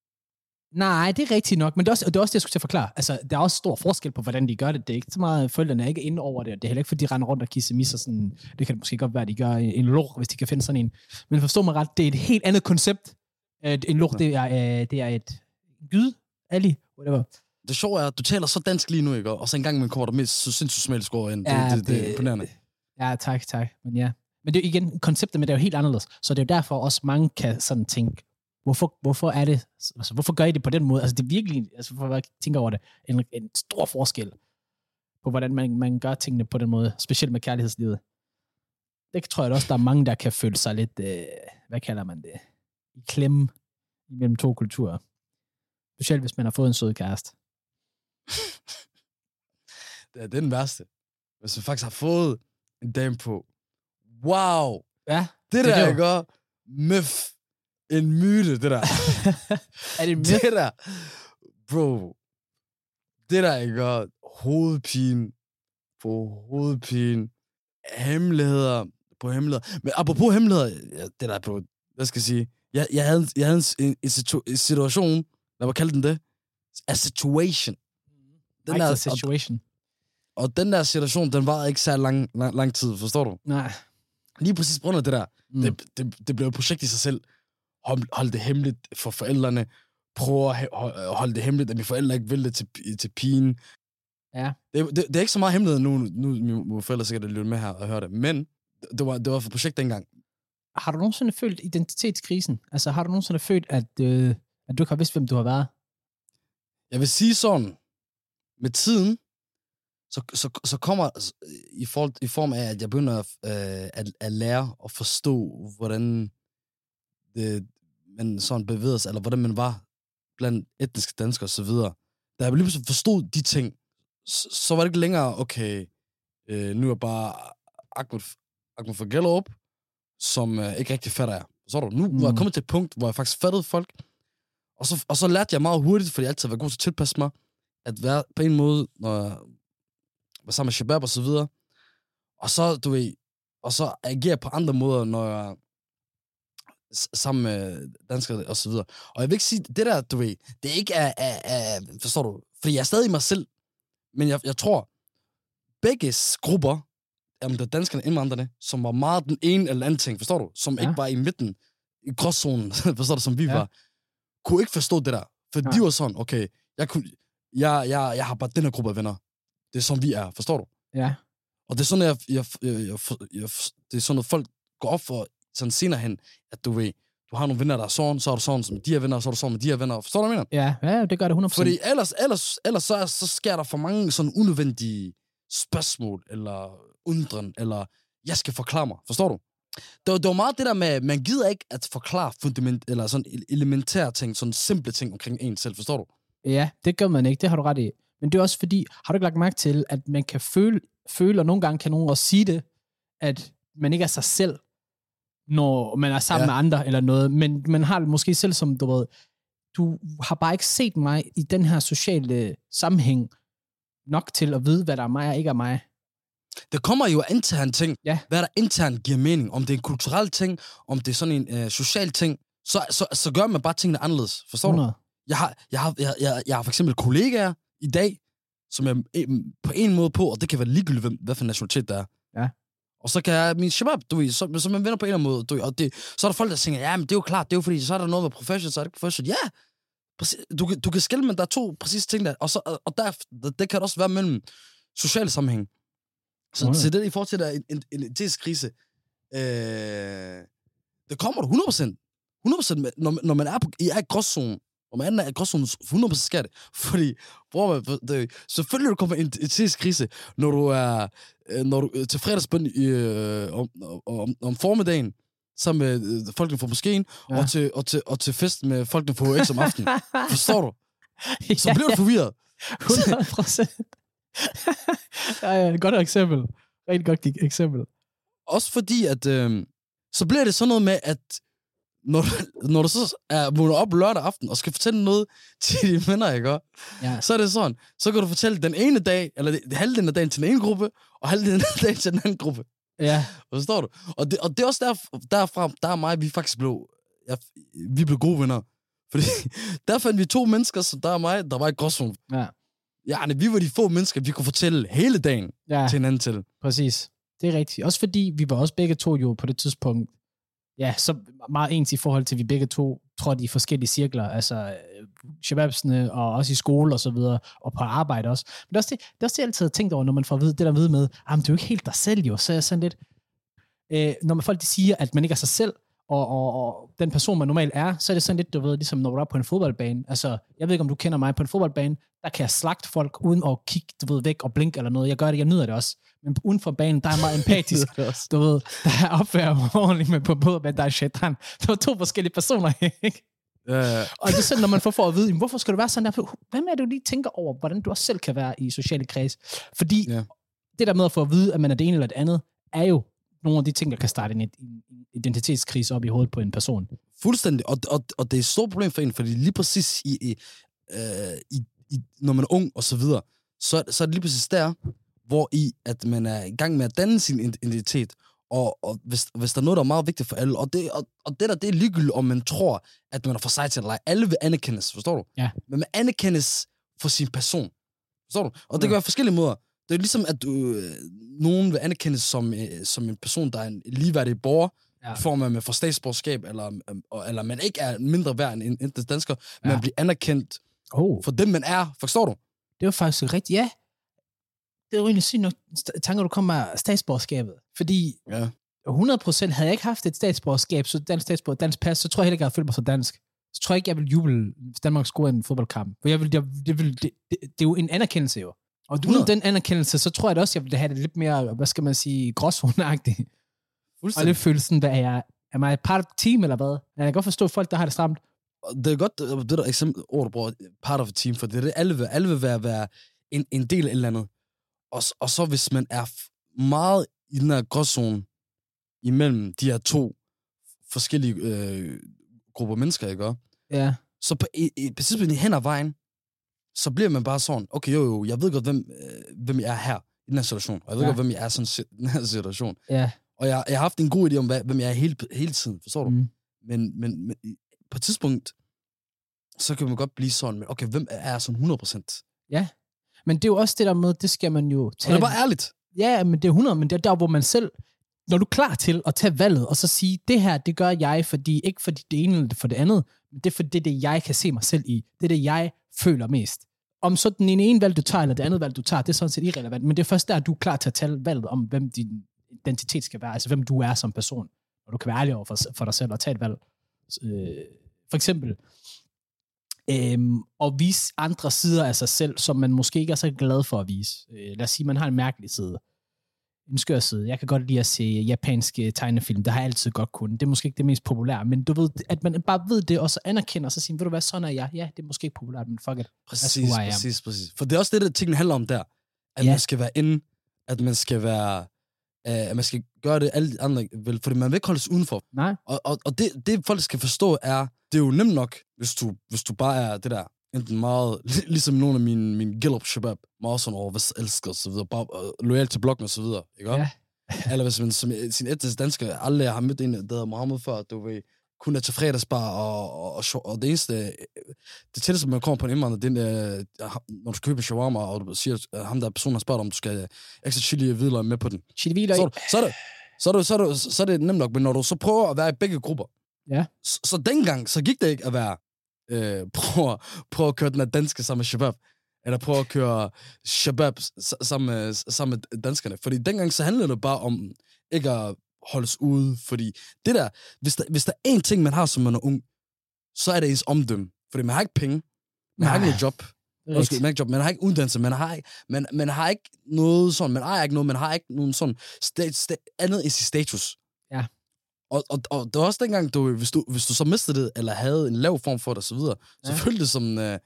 Nej, det er rigtigt nok, men det er, også, det er også det, jeg skulle til at forklare. Altså, der er også stor forskel på, hvordan de gør det. Det er ikke så meget, forældrene er ikke inde over det. Det er heller ikke, fordi de render rundt og kisser misser sådan. Det kan det måske godt være, at de gør en lort, hvis de kan finde sådan en. Men forstå mig ret, det er et helt andet koncept. En lort, det er, det er et gyd, ali, whatever. Det sjove er, at du taler så dansk lige nu, ikke? Og så engang man kommer der med så sindssygt somalisk ord ind. Det, Ja, det, det, det er det- imponerende. Ja, tak, tak. Men ja. Men det er jo igen, konceptet med det er jo helt anderledes. Så det er jo derfor også mange kan sådan tænke, hvorfor, hvorfor er det, altså hvorfor gør I det på den måde? Altså det er virkelig, altså for at tænke over det, en, en stor forskel på, hvordan man, man gør tingene på den måde, specielt med kærlighedslivet. Det tror jeg også, der er mange, der kan føle sig lidt, øh, hvad kalder man det, i klemme mellem to kulturer. Specielt hvis man har fået en sød kæreste. Det er den værste. Hvis man faktisk har fået en dame på. Wow! Ja, Det, det det er der, det ikke? Og myth. En myte, det der. er det det der. Bro. Det der, ikke? Og hovedpine på hovedpine. Hemmeligheder på hemmeligheder. Men apropos hemmeligheder, ja, det der, bro. Jeg skal sige, Jeg, jeg havde, jeg havde en, en, situ, en situation, lad mig kalde den det, a situation. Den der situation. Og, og den der situation, den var ikke så lang, lang, lang tid, forstår du? Nej. Lige præcis på grund af det der. Mm. Det, det, det blev et projekt i sig selv. Hold, hold det hemmeligt for forældrene. Prøv at holde det hemmeligt, at mine forældre ikke vil det til, til pigen. Ja. Det, det, det er ikke så meget hemmelighed nu. Nu er mine forældre sikkert lytte med her og høre det. Men det var, det var for projekt dengang. Har du nogensinde følt identitetskrisen? Altså, har du nogensinde følt, at, øh, at du ikke har vidst, hvem du har været? Jeg vil sige sådan, med tiden, så, så, så kommer i, for, i form af, at jeg begynder øh, at, at lære at forstå, hvordan det, man sådan bevæger sig, eller hvordan man var blandt etniske danskere og så videre. Da jeg lige pludselig forstod de ting, så, så var det ikke længere, okay, øh, nu er jeg bare Ahmed, Ahmed fra Gellerup, som øh, ikke rigtig fatter jeg. Så du, nu mm. var jeg kommet til et punkt, hvor jeg faktisk fattede folk, og så, og så lærte jeg meget hurtigt, fordi jeg altid var god til at tilpasse mig, at være på en måde, når jeg var sammen med Shabab og så videre, og så, du ved, og så agere på andre måder, når jeg sammen med danskere og så videre. Og jeg vil ikke sige, det der, du ved, det er ikke af, af, af forstår du, fordi jeg er stadig mig selv, men jeg, jeg tror, begge grupper, om det er danskerne og indvandrerne, som var meget den ene eller anden ting, forstår du, som ja. ikke var i midten, i gråzonen, forstår du, som vi ja. var, kunne ikke forstå det der. For ja. de var sådan, okay, jeg, kunne, jeg, jeg, jeg har bare den her gruppe af venner. Det er som vi er, forstår du? Ja. Og det er sådan, jeg, jeg, jeg, jeg, jeg, det er sådan, at folk går op for sådan senere hen, at du ved, du har nogle venner, der er sådan, så er du sådan med de her venner, så er du sådan med de her venner. Forstår du, hvad jeg mener? Ja, ja, det gør det hundrede procent. Fordi ellers, ellers, ellers så, er, så sker der for mange sådan unødvendige spørgsmål, eller undren, eller jeg skal forklare mig. Forstår du? Det var, det var meget det der med, man gider ikke at forklare fundament, eller sådan elementære ting, sådan simple ting omkring en selv. Forstår du? Ja, det gør man ikke. Det har du ret i. Men det er også fordi, har du ikke lagt mærke til, at man kan føle, føle og nogle gange kan nogen også sige det, at man ikke er sig selv, når man er sammen ja. med andre eller noget, men man har det måske selv som, du ved, du har bare ikke set mig i den her sociale sammenhæng nok til at vide, hvad der er mig og ikke er mig. Det kommer jo internt ting, ja. hvad der internt giver mening, om det er en kulturel ting, om det er sådan en øh, social ting, så, så, så gør man bare tingene anderledes, forstår hundrede. Du? Jeg har, jeg, har, jeg, jeg, jeg har for eksempel kollegaer i dag, som jeg på en måde på, og det kan være ligegyldigt, hvad for nationalitet der er. Ja. Og så kan jeg, min shabab, du ved, så, så man vender på en eller anden måde, du ved, og det, så er der folk, der tænker, ja, men det er jo klart, det er jo fordi, så er der noget med professional, så er det ikke professional. Ja, præcis, du, du kan skille, men der er to præcis ting der, og, så, og der, det kan også være mellem sociale sammenhæng. Så, okay. så det i forhold til, at en, en, en identitetskrise, øh, det kommer du hundrede procent. hundrede procent, når, når man er, på, er i gråzonen, og man er i gråzonen, hundrede procent skal det. Fordi, bror, det, selvfølgelig du kommer en identitetskrise, når du er når du, til fredagsbøn i, øh, om, om, om formiddagen, sammen med øh, folkene fra moskeen, ja. og, til, og, til, og til fest med folkene fra X om aftenen. Forstår du? Så bliver du forvirret. hundrede procent. Ja, ja, godt eksempel. Rigtig godt eksempel. Også fordi, at øh, så bliver det sådan noget med, at når, når du så er vågnet op lørdag aften og skal fortælle noget til dine venner, ikke? Ja. Så er det sådan, så kan du fortælle den ene dag, eller halvdelen af dagen til den ene gruppe, og halvdelen af dagen til den anden gruppe. Ja. Forstår du? Og det, og det er også der, derfra, der er mig, vi faktisk blev, ja, vi blev gode venner. Fordi der fandt vi to mennesker, som der er mig, der var i gråzonen. Ja. Ja, vi var de få mennesker, vi kunne fortælle hele dagen ja. til hinanden til. Præcis. Det er rigtigt. Også fordi vi var også begge to jo på det tidspunkt, ja, så meget ens i forhold til, at vi begge to trådte i forskellige cirkler, altså shababsene og også i skole og så videre, og på arbejde også. Men det er også det, det, er også det jeg altid har tænkt over, når man får at vide, det der ved med, at det er jo ikke helt dig selv jo, så er jeg sådan lidt, øh, når man folk de siger, at man ikke er sig selv, og, og, og den person, man normalt er, så er det sådan lidt, du ved, ligesom når du er på en fodboldbane. Altså, jeg ved ikke, om du kender mig på en fodboldbane, der kan jeg slagte folk uden at kigge, du ved, væk og blinke eller noget. Jeg gør det, jeg nyder det også. Men uden for banen, der er meget empatisk. Du ved, der er opfærd ordentligt med på fodboldbanen, der er shaitan. Der var to forskellige personer, ikke? Ja, ja. Og det er sådan, når man får for at vide, hvorfor skal du være sådan der? Hvad med, at du lige tænker over, hvordan du også selv kan være i sociale kreds? Fordi ja. det der med at få at vide, at man er det ene eller det andet, er jo nogle af de ting, der kan starte en identitetskrise op i hovedet på en person. Fuldstændig, og, og, og det er et stort problem for en, fordi lige præcis i, i, øh, i, i, når man er ung og så videre, så, så er det lige præcis der, hvor i, at man er i gang med at danne sin identitet, Og, og hvis, hvis der er noget, der er meget vigtigt for alle, og det, og, og det der, det er ligegyldigt, om man tror, at man er for sig til at lege. Alle vil anerkendes, forstår du? Ja. Men man anerkendes for sin person. Forstår du? Og det kan være forskellige måder. Det er ligesom, at du, øh, nogen vil anerkendes som, øh, som en person, der er en ligeværdig borger, ja. I form af, man får statsborgerskab, eller, øh, eller man ikke er mindre værd end, end dansker, ja. Man bliver anerkendt oh. for dem, man er. Forstår du? Det var faktisk rigtigt, ja. Det er jo egentlig sygt nok, tanker, du kommer af statsborgerskabet. Fordi ja. hundrede procent havde jeg ikke haft et statsborgerskab, så dansk statsborger, dansk pas, så tror jeg heller ikke, jeg havde følt mig så dansk. Så tror jeg ikke, jeg vil juble, hvis Danmark scorer en fodboldkamp. For jeg vil, jeg, det, vil, det, det, det er jo en anerkendelse jo. Og uden den anerkendelse, så tror jeg da også, jeg ville have det lidt mere, hvad skal man sige, gråzoneagtigt. Og lidt følelsen, der er jeg, er mig et part of team, eller hvad? Jeg kan godt forstå folk, der har det stramt. Det er godt, det der eksempel, ord, du bruger, part of a team, for det er det, alle vil, alle vil være, være en, en del af et eller andet. Og, og så hvis man er meget i den her gråzone imellem de her to forskellige øh, grupper mennesker, ikke? Ja. Så på et tidspunkt hen ad vejen, så bliver man bare sådan, okay, jo, jo, jeg ved godt, hvem, øh, hvem jeg er her i den her situation, og jeg ved ja. godt, hvem jeg er sådan, i den her situation. Ja. Og jeg, jeg har haft en god idé om, hvad, hvem jeg er hele, hele tiden, forstår du? Mm. Men, men, men på et tidspunkt, så kan man godt blive sådan, okay, hvem er jeg sådan hundrede procent? Ja, men det er jo også det der med, det skal man jo tage. Og det er bare ærligt. Ja, men det er hundrede, men det er der, hvor man selv, når du er klar til at tage valget, og så sige, det her, det gør jeg, fordi ikke fordi det ene eller for det andet, men det er fordi det, jeg kan se mig selv i. Det er det, jeg føler mest. Om så den ene valg, du tager, eller det andet valg, du tager, det er sådan set irrelevant, men det er først der, du er klar til at tage valget om, hvem din identitet skal være, altså hvem du er som person, og du kan være ærlig over for, for dig selv og tage et valg. Øh, for eksempel, øhm, at vise andre sider af sig selv, som man måske ikke er så glad for at vise. Øh, lad os sige, man har en mærkelig side. En skør side. Jeg kan godt lide at se japanske tegnefilm. Det har jeg altid godt kunnet. Det er måske ikke det mest populære, men du ved, at man bare ved det, og så anerkender, og så siger, ved du hvad, sådan er jeg. Ja, det er måske ikke populært, men fuck it. Præcis, præcis, præcis. For det er også det, der tingene handler om der. At ja. man skal være inde, at man skal være, øh, at man skal gøre det alle de andre vil, fordi man vil ikke holdes udenfor. Nej. Og, og, og det, det, folk skal forstå, er, det er jo nemt nok, hvis du, hvis du bare er det der, enten meget, ligesom nogle af mine, mine Gellup-shabab, meget sådan over, hvad elsker og så videre, bare uh, loyal til blokken og så videre, ikke? Ja. Eller hvis man som sin etnisk dansker aldrig har mødt en, der hedder Mohammed før, du ved, kun er til fredagsbar, og, og, og, og det eneste, det tætteste, man kommer på en indvandrer, det er, når du skal købe en shawarma, og du siger, at ham der person har spurgt, om du skal ekstra chili og hvidløg med på den. Chili hvidløg? Så, så, er det, så, er det, så, er det, så er det nemt nok, men når du så prøver at være i begge grupper, ja. så, så dengang, så gik det ikke at være Øh, prøv, prøv at køre den her danske sammen med shabab, eller prøv at køre shabab sammen med, sammen med danskerne. Fordi dengang så handlede det bare om ikke at holdes ude, fordi det der, hvis der, hvis der er én ting, man har, som man er ung, så er det ens omdømme. Fordi man har ikke penge, man Nej. har ikke noget job, Måske, man har ikke job, man har ikke uddannelse, man har ikke, man, man har ikke noget sådan, man ejer ikke noget, man har ikke nogen sådan sta, sta, andet i sit status. Ja. Og, og, og det var også dengang, du, hvis, du, hvis du så mistede det, eller havde en lav form for det, og så videre, ja. så følte det som, uh,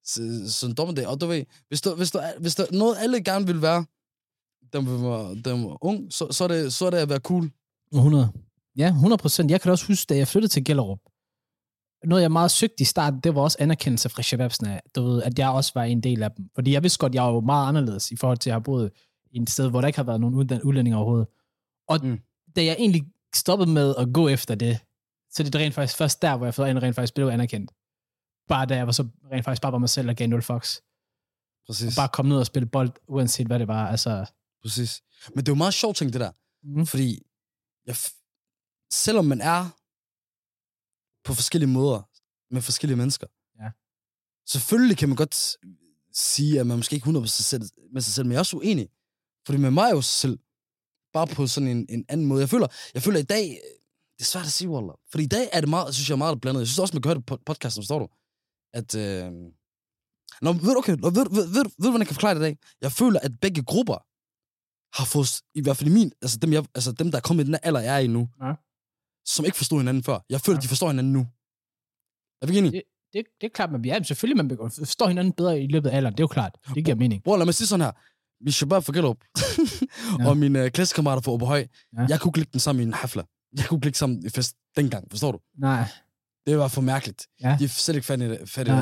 som en dommedag. Og du ved, hvis, du, hvis, du, hvis der noget, alle gerne vil være, dem var, dem var ung, så, så, er det, så er det at være cool. hundrede. Ja, hundrede procent. Jeg kan også huske, da jeg flyttede til Gellerup, noget, jeg meget søgte i starten, det var også anerkendelse fra shababsene, du ved, at jeg også var en del af dem. Fordi jeg vidste godt, jeg var jo meget anderledes i forhold til, at jeg har boet i et sted, hvor der ikke har været nogen udlændinge overhovedet. Og mm. da jeg egentlig stoppede med at gå efter det, så det er rent faktisk først der, hvor jeg for rent faktisk blev anerkendt. Bare da jeg var så rent faktisk bare var mig selv og gav nul fucks. Præcis. Og bare komme ned og spille bold, uanset hvad det var. Altså. Præcis. Men det er jo meget sjovt ting, det der. Mm. Fordi jeg f- selvom man er på forskellige måder med forskellige mennesker, ja. selvfølgelig kan man godt sige, at man måske ikke hundrede procent med sig selv, men jeg er også uenig. Fordi med mig er jo sig selv bare på sådan en, en anden måde. Jeg føler, jeg føler i dag, det er svært at sige, Wallah. Fordi i dag er det meget, synes jeg, meget blandet. Jeg synes også, man kan høre det på podcasten, forstår du? At, øh... Nå, ved du, okay, ved, ved, ved, ved, ved du, hvordan jeg kan forklare det i dag? Jeg føler, at begge grupper har fået, i hvert fald i min, altså dem, jeg, altså dem der er kommet i den alder, jeg er i nu, ja. som ikke forstod hinanden før. Jeg føler, ja. de forstår hinanden nu. Er vi enige? Det, det, det er klart, man ja, selvfølgelig, man forstår hinanden bedre i løbet af alderen. Det er jo klart. Det giver mening. Bror, lad mig sige sådan her. Min shabab fra Gellerup, ja. og mine klassekammerater fra Åberhøj, ja. jeg kunne ikke lægge dem sammen i en hafla. Jeg kunne ikke lægge sammen i fest dengang, forstår du? Nej. Det var for mærkeligt. Ja. De er selv ikke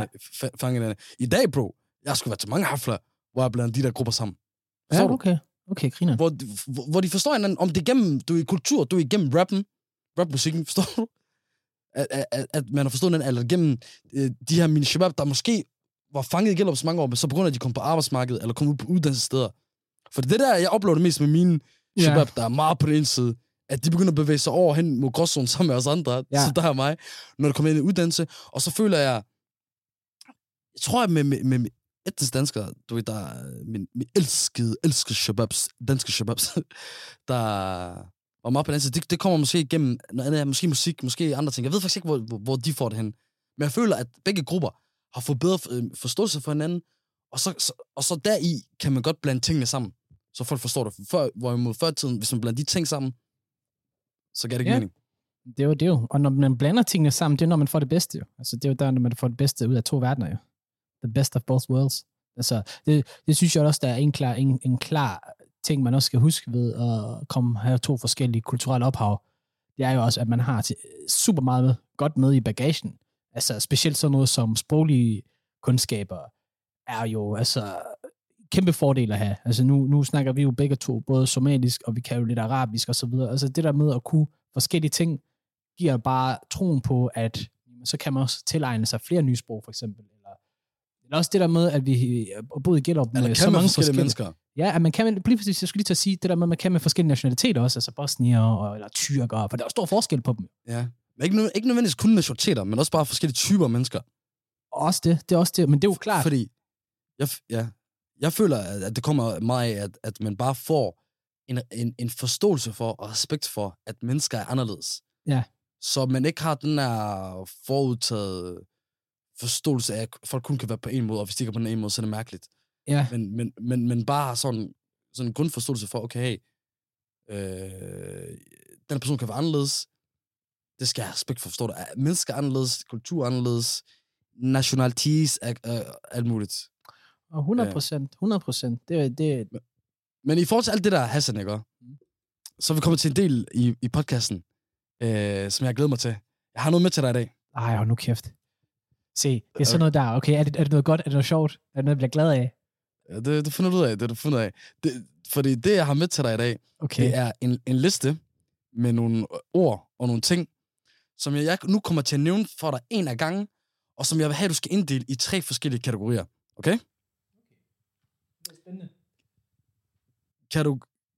fanget af det. I dag, bro, jeg skulle være til mange hafler, hvor jeg blandt de der grupper sammen. Forstår ja, okay. Okay, griner. Hvor, hvor, hvor de forstår hinanden, om det er gennem, du er i kultur, du er igennem rappen, rapmusikken, forstår du? At, at, at man har forstået hinanden, eller gennem øh, de her mini shabab, der måske var fanget i Gellerup så mange år, men så på grund af, at de kom på arbejdsmarkedet, eller kom ud på uddannelsessteder. For det der, jeg oplever det mest med mine yeah. shabab, der er meget på den ene side, at de begynder at bevæge sig over hen mod gråzonen sammen med os andre, yeah. så der er mig, når der kommer ind i uddannelse, og så føler jeg, jeg tror, at med, med, med etniske danskere, du ved, der er min, min elskede, elskede shababs, danske shababs, der var meget på den side. Det, det kommer måske igennem noget andet, måske musik, måske andre ting. Jeg ved faktisk ikke, hvor, hvor, hvor de får det hen. Men jeg føler, at begge grupper har fået bedre forståelse for hinanden, og så, så, og så deri kan man godt blande tingene sammen, så folk forstår det. Før, hvorimod før tiden, hvis man blander de ting sammen, så giver det ikke ja. mening. Det er jo det jo. Og når man blander tingene sammen, det er når man får det bedste jo. Altså det er jo der, når man får det bedste ud af to verdener jo. The best of both worlds. Altså, det, det synes jeg også, der er en klar, en, en klar ting, man også skal huske ved at komme her to forskellige kulturelle ophav. Det er jo også, at man har super meget godt med i bagagen. Altså, specielt sådan noget som sproglige kundskaber er jo altså kæmpe fordel at have. Altså, nu, nu snakker vi jo begge to både somalisk, og vi kan jo lidt arabisk og så videre. Altså, det der med at kunne forskellige ting, giver bare troen på, at så kan man også tilegne sig flere nye sprog, for eksempel. Eller også det der med, at vi boede i Gellerup med så mange forskellige mennesker. Ja, at man kan, lige præcis, jeg skulle lige til at sige, det der med, at man kan med forskellige nationaliteter også, altså bosnier og, eller tyrkere, for der er stor forskel på dem. Ja, ikke, ikke nødvendigvis kun nationaliteter, men også bare forskellige typer mennesker. Også det, det er også det, men det er jo klart. Fordi, jeg, ja, jeg føler, at det kommer meget af, at, at man bare får en, en, en forståelse for og respekt for, at mennesker er anderledes. Ja. Så man ikke har den her forudtaget forståelse af, at folk kun kan være på en måde, og hvis de ikke er på den ene måde, så er det mærkeligt. Ja. Men, men, men, men bare har sådan, sådan en grundforståelse for, okay, hey, øh, den person kan være anderledes, det skal jeg have respekt for, forstår du? Mennesker er anderledes, kultur er anderledes, nationalities er øh, alt muligt. Og hundrede procent, hundrede procent. Det, det... Men, men i forhold til alt det der, Hassan, ikke? Så er vi kommet til en del i, i podcasten, øh, som jeg glæder mig til. Jeg har noget med til dig i dag. Ej, hold nu kæft. Se, det er sådan noget der. Okay, er det, er det noget godt? Er det noget sjovt? Er det noget, jeg bliver glad af? Ja, det, det finder du ud af. Det du finder af. Det, fordi det, jeg har med til dig i dag, okay. det er en, en liste med nogle ord og nogle ting, som jeg, jeg nu kommer til at nævne for dig en af gangen, og som jeg vil have, du skal inddele i tre forskellige kategorier. Okay? Det er spændende. Kateg-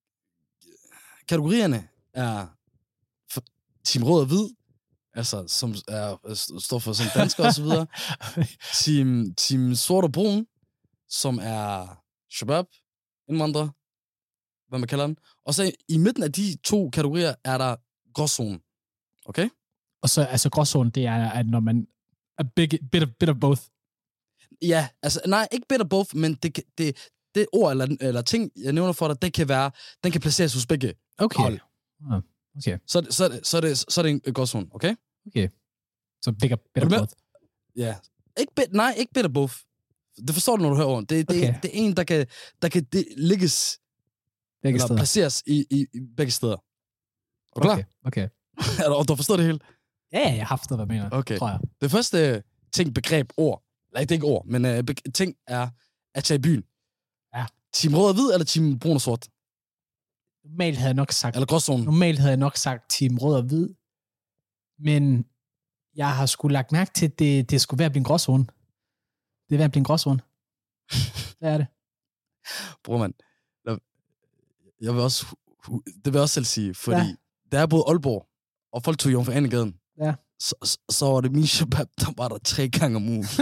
kategorierne er Team Rød og Hvid, altså, som er, står for som dansker og så videre. Team, team Sort og Brun, som er shabab, indvandrere, hvad man kalder den. Og så i midten af de to kategorier er der gråzone. Okay? Og så, altså gråzone, det er, at når man er big, bit, of, bit of both. Ja, altså, nej, ikke bit of both, men det, det, det ord eller, eller ting, jeg nævner for dig, det kan være, den kan placeres hos begge okay. hold. Ah, okay. Så, så, så, er det, så er det en gråzone, okay? Okay. Så big, bit of both. Ja. Ikke bit, nej, ikke bit of both. Det forstår du, når du hører ordene. Det, det, okay. det er en, der kan, der kan det, ligges begge eller steder. placeres i, i, i begge steder. Er du klar? Okay. okay. Og du har forstået det hele? Ja, jeg har haft det, hvad mener, okay. tror jeg. Det første ting, begreb, ord. Nej, det er ikke ord, men uh, be- ting er at tage i byen. Ja. Team Rød og Hvid, eller Team Brun og Sort? Normalt havde jeg nok sagt... Eller gråzone? Normalt havde jeg nok sagt Team Rød og Hvid. Men jeg har sgu lagt mærke til, at det, det skulle være at blive en gråzone. Det er ved at blive en gråzone. Det er det. Bror, mand. Jeg vil også... Det vil jeg også selv sige, fordi ja. der er både Aalborg, og folk tog Jomfru Ane-gaden. Ja. Så, så, så var det min shabab, der var der tre gange om ugen.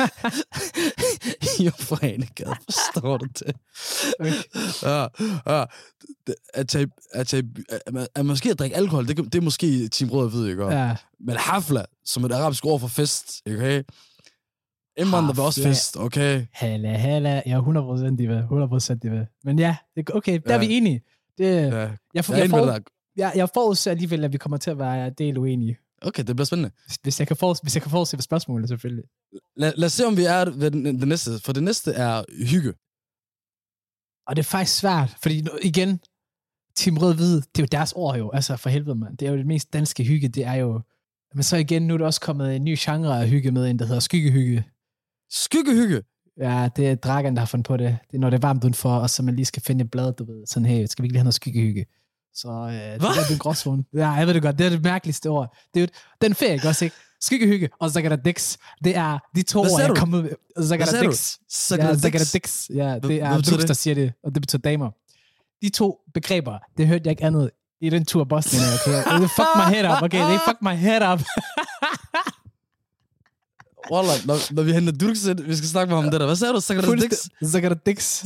Jomfru Ane-gaden, forstår du det? Okay. Ja, ja. At, tage, at, tage, at, at måske at drikke alkohol, det, det er måske Team Rød og Hvid, ikke? Ja. Men hafla, som et arabisk ord for fest, okay? Indvandrer vil også fest, okay? Halla, halla. Jeg er hundrede procent i hvad. hundrede procent i hvad. Men ja, okay, der ja. er vi enige. Det, ja. jeg, for, jeg, for, jeg, jeg forudser alligevel, at vi kommer til at være del uenige. Okay, det bliver spændende. Hvis jeg kan, for, hvis jeg kan forudse spørgsmålet, selvfølgelig. Lad, lad os se, om vi er ved den, den næste. For det næste er hygge. Og det er faktisk svært, fordi igen, Team Rød Hvid, det er jo deres ord jo. Altså for helvede, mand. Det er jo det mest danske hygge, det er jo... Men så igen, nu er der også kommet en ny genre af hygge med, en der hedder skyggehygge. Skyggehygge? Ja, det er Dragan, der har fundet på det. Det er, når det er varmt udenfor, og så man lige skal finde et blad, du ved. Sådan, hey, skal vi ikke lige have noget skyggehygge? Så øh, det er det en gråzone. Ja, jeg ved det godt. Det er det mærkeligste ord. Det er jo den ferie, ikke også, ikke? Skyggehygge, og så kan der dix. Det er de to ord, jeg er kommet med. Så kan der dix. Så kan der dix. Ja, det er Drux, der siger det, og det betyder damer. De to begreber, det hørte jeg ikke andet i den tur Bosnien, okay? Det fuck my head up, okay? They fuck my head up. Wallah, når, når vi henter Drux ind, vi skal snakke med ham det der. Hvad sagde du? Så kan der dix? Så kan der dix.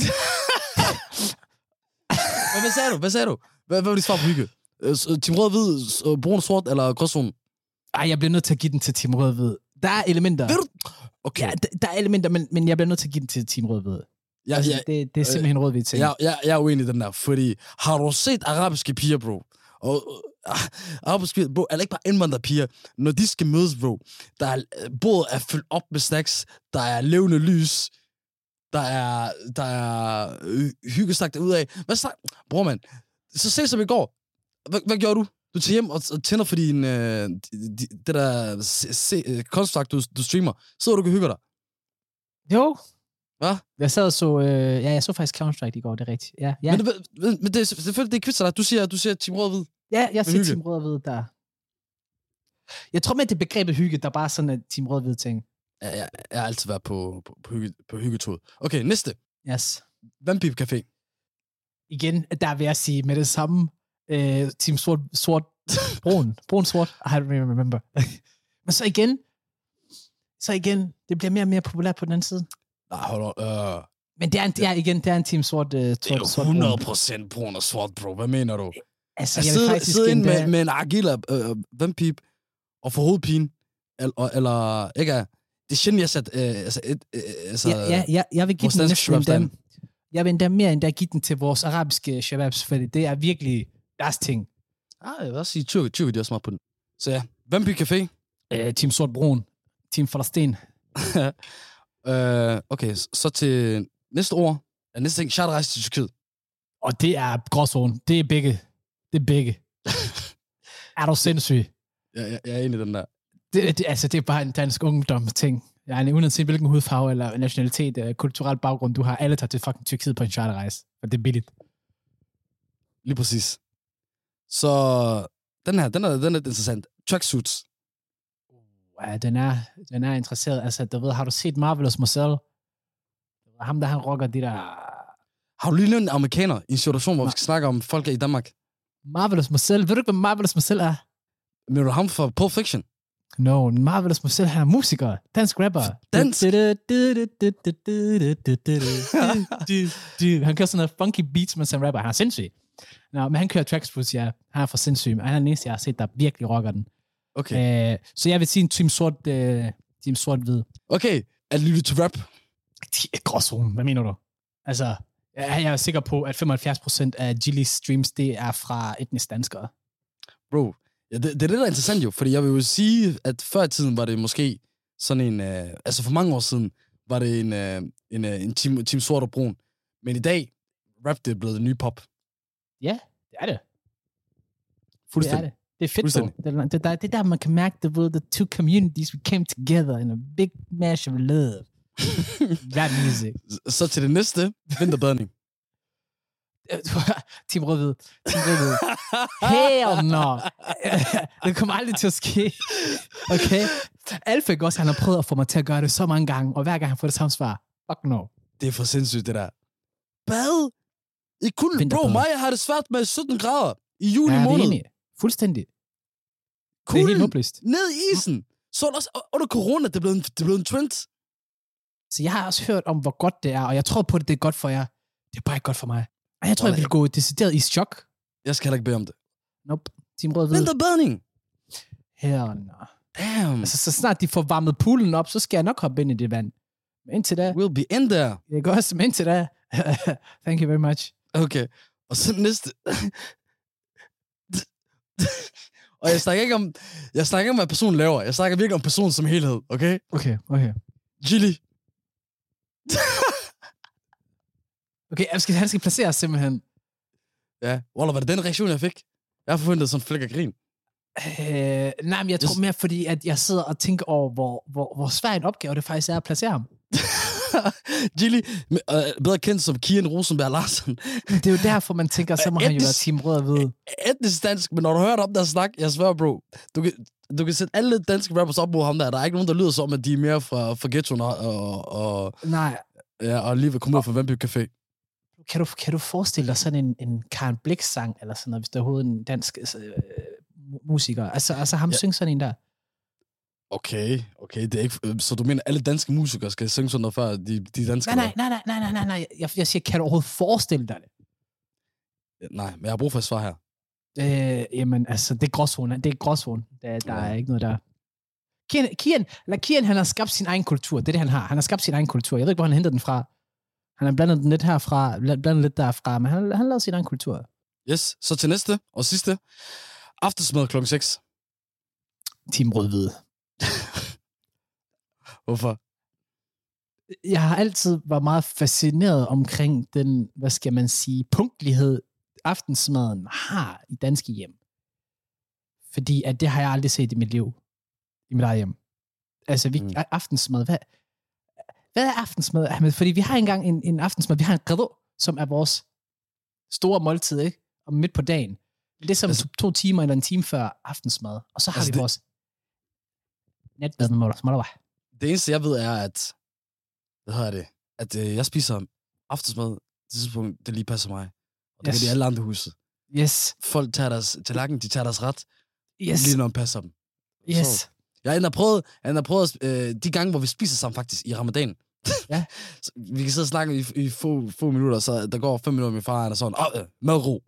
Hvad sagde du? Hvad sagde du? Hvad, hvad var dit svar på hygge? Team Rød-Hvid, brun, sort eller gråzone? Ej, jeg bliver nødt til at give den til Team Rød-Hvid. Der er elementer. Ved du? Okay. Ja, der, der er elementer, men, men jeg bliver nødt til at give den til Team Rød-Hvid. Ja, altså, ja, det, det er simpelthen øh, rød-hvid ting. Jeg, jeg, jeg er uenig i den der, fordi har du set arabiske piger, bro? Og uh, arabiske piger, bro, eller ikke bare indvandrerpiger, når de skal mødes, bro, der er, bordet er fyldt op med snacks, der er levende lys, der er, der er øh, hyggesnak derudad. Hvad snak? Bror, mand, så se som i går. Hvad, hvad gjorde du? Du tager hjem og, og tænder for din, øh, de, det der konstakt, du, du streamer. Sidder du og hygger dig? Jo. Hvad? Jeg sad og så, øh, ja, jeg så faktisk Counter-Strike i går, det er rigtigt. Ja, ja. Men, det, men det er selvfølgelig, det er kvitser dig. Du siger, du siger Team Rød-Hvid. Ja, jeg siger Team Rød-Hvid, der... Jeg tror med, det er begrebet hygge, der bare sådan et Team Rød-Hvid ting. Ja, jeg, jeg har altid været på, på, på, hygge, på hyggetod. Okay, næste. Yes. Vandpip Café. Igen, der vil jeg sige med det samme øh, Team Sort, sort brun, brun sort, I don't even remember. Men så igen, så igen, det bliver mere og mere populært på den anden side. Nej, hold on. Uh, Men det er, en, ja, igen, det er en Team Sort, uh, det er jo hundrede procent brun og sort, bro. Hvad mener du? Altså, jeg, jeg sidder, vil faktisk sidder ind med, der... med en Agila øh, vandpip og får hovedpine, eller, eller ikke det er sjældent, jeg sat, øh, altså, et, øh, altså, ja, ja, ja, jeg vil give den næsten endda, jeg vil endda mere endda give den til vores arabiske shababs, fordi det er virkelig deres ting. Ah, jeg vil også sige, tyrker, tyrker de også meget på den. Så ja, Vandpip Café. Øh, team Sort Brun. Team Falastin. Uh, okay, så til næste ord. Ja, næste ting, charterrejse til Tyrkiet. Og det er gråzone. Det er begge. Det er begge. Er du sindssyg? Ja, jeg, jeg er enig i den der. Det, det, altså, det er bare en dansk ungdom-ting. Jeg er uanset hvilken hudfarve eller nationalitet eller kulturel baggrund du har. Alle tager til fucking Tyrkiet på en charterrejse. For det er billigt. Lige præcis. Så den her, den er, den er interessant. Tracksuits. Ja, den er, den er interesseret. Altså, du ved, har du set Marvelous Marcel? Ham, der han rocker de der... Har du lige nævnt en amerikaner i en situation, hvor Ma- vi skal snakke om folk i Danmark? Marvelous Marcel? Ved du ikke, hvad Marvelous Marcel er? Men du ham for Pulp Fiction? No, Marvelous Marcel, han er musiker. Dansk rapper. Dansk? Han kører sådan noget funky beats, mens han rapper. Han er sindssyg. Nå, men han kører tracksuits, ja. Han er for sindssyg. Han er den eneste, jeg har set, der virkelig rocker den. Okay. Uh, så jeg vil sige en Team Sort, uh, Team Sort-Hvid. Okay, er det lyttet til rap? Gråzone, hvad mener du? Altså, jeg er sikker på, at femoghalvfjerds procent af Gillies streams, det er fra etnisk danskere. Bro, ja, det, det er det, der er interessant jo, fordi jeg vil jo sige, at før i tiden var det måske sådan en, uh, altså for mange år siden, var det en, uh, en, uh, en team, team Sort og Brun. Men i dag, rap det er blevet det nye pop. Ja, det er det. Fuldstændig. Det er det. Det er fedt, dog. Det, det, det, det er der, man kan mærke, the, the two communities, we came together in a big mash of love. Rap music. Så til det næste, vinterbadning. Team Rød-Hvid. Team Rød-Hvid. Hell no. Det kommer aldrig til at ske. Okay? Alfik også, han har prøvet at få mig til at gøre det så mange gange, og hver gang han får det samme svar. Fuck no. Det er for sindssygt, det der. Bad? I kulden, bro, mig har det svært med sytten grader i juli ja, måned. Det fuldstændig. Kulden, det er helt håbløst. Ned i isen. Så er der også under corona, det er blevet en, det er blevet en trend. Så jeg har også hørt om, hvor godt det er, og jeg tror på, at det er godt for jer. Det er bare ikke godt for mig. Og jeg tror, jeg vil gå decideret i chok. Jeg skal heller ikke bede om det. Nope. Team Rød-Hvid. Vinterbadning. Her, no. Damn. Altså, så snart de får varmet poolen op, så skal jeg nok hoppe ind i det vand. Men indtil da... We'll be in there. Jeg går også, men indtil da... Thank you very much. Okay. Og så næste... Og jeg snakker ikke om... Jeg snakker ikke om, hvad personen laver. Jeg snakker virkelig om personen som helhed, okay? Okay, okay. Gilly. Okay, han skal, han skal placeres simpelthen. Ja. Wallah, var det den reaktion, jeg fik? Jeg har forventet sådan en flæk af grin. Øh, nej, men jeg tror mere, fordi at jeg sidder og tænker over, hvor, hvor, hvor svær en opgave det faktisk er at placere ham. Gilly, uh, bedre kendt som Kian Rosenberg Larsen. Det er jo derfor, man tænker, så må han jo være Team Rød og Hvid. Etnisk dansk, men når du hører om der snak, jeg svær, bro, du kan, du kan sætte alle danske rappers op mod ham der. Der er ikke nogen, der lyder som, at de er mere fra, fra ghettoen og, og, og, Nej. Ja, og lige vil komme ud fra Vandby Café. Kan du, kan du forestille dig sådan en, en Karen Blix-sang, eller sådan noget, hvis der er overhovedet en dansk øh, musiker? Altså, altså ham ja. Synge sådan en der? Okay, okay, det er ikke... Så du mener, alle danske musikere skal synge sådan noget før de, de danske? Nej, nej, nej, nej, nej, nej, nej. Jeg, jeg siger, kan du overhovedet forestille dig det? Nej, men jeg har brug for et svar her. Øh, jamen, altså, det er gråzone. Det er gråzone. Der, der ja. er ikke noget der. Kian, Kian, eller Kian, han har skabt sin egen kultur. Det er det, han har. Han har skabt sin egen kultur. Jeg ved ikke, hvor han henter den fra. Han har blandet den lidt herfra, blandet lidt derfra, men han har lavet sin egen kultur. Yes, så til næste og sidste. Aftensmad klokken seks. Team Rød-Hvid. Hvorfor? Jeg har altid været meget fascineret omkring den, hvad skal man sige, punktlighed, aftensmaden har i danske hjem. Fordi at det har jeg aldrig set i mit liv. I mit eget hjem. Altså, vi, mm. aftensmad, hvad, hvad er aftensmad? Fordi vi har engang en, en aftensmad, vi har en gado, som er vores store måltid, ikke? Og midt på dagen. Det er som altså, to, to timer eller en time før aftensmad. Og så har altså vi det, vores netbadmål. Det eneste, jeg ved, er, at hvad hedder det? At øh, jeg spiser aftensmad til tidspunkt, det lige passer mig. Og det yes. kan de alle andre huset. Yes. Folk tager deres tallerken, de tager deres ret. Yes. Lige når man passer dem. Yes. Så, jeg har endda prøvet, jeg har endda prøvet øh, de gange, hvor vi spiser sammen faktisk i ramadan. Ja. Så vi kan sidde og snakke i, i få, få minutter, så der går fem minutter med min far, og sådan, åh, øh, madro.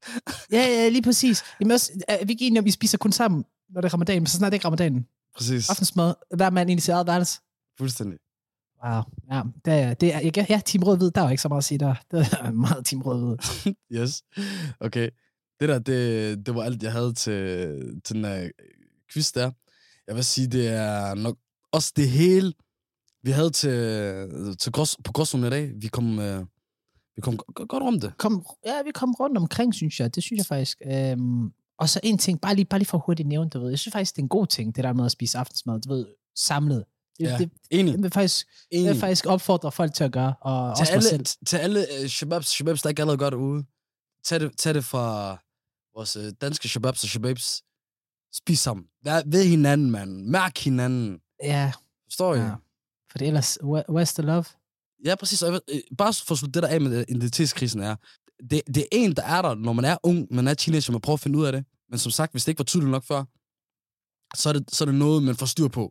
ja, ja, lige præcis. Jamen også, vi er enige om, vi spiser kun sammen, når det er ramadan, men så snart det ikke ramadan. Præcis. Aftensmad, hver mand ind i sit eget værelse. Fuldstændig. Wow. Ja, det er, det er, jeg, ja, Team Rød-Hvid, der er jo ikke så meget at sige der. Det er meget Team Rød-Hvid. Yes. Okay. Det der, det, det var alt, jeg havde til, til den her quiz der. Jeg vil sige, det er nok også det hele, vi havde til, til grås, på Gråsum i dag. Vi kom, øh, vi kom godt rundt det. Kom, ja, vi kom rundt omkring, synes jeg. Det synes jeg faktisk. Øhm, og så en ting, bare lige, bare lige for hurtigt nævnt, du ved. Jeg synes faktisk, det er en god ting, det der med at spise aftensmad, du ved, samlet. Det, ja, det, enig. Det vil faktisk, enig. Det faktisk opfordre folk til at gøre, og til også alle, mig selv. Til alle uh, shababs, shababs, der ikke allerede gør det ude. Tag det, tag det fra vores uh, danske shababs og shababs. Spis sammen. Vær ved hinanden, mand. Mærk hinanden. Ja. Forstår I? Ja. For det ellers, where's the love? Ja, præcis. Og jeg, bare for at slutte det der af med identitetskrisen er, det, det er en, der er der, når man er ung, man er teenager, man prøver at finde ud af det. Men som sagt, hvis det ikke var tydeligt nok før, så er det, så er det noget, man får styr på.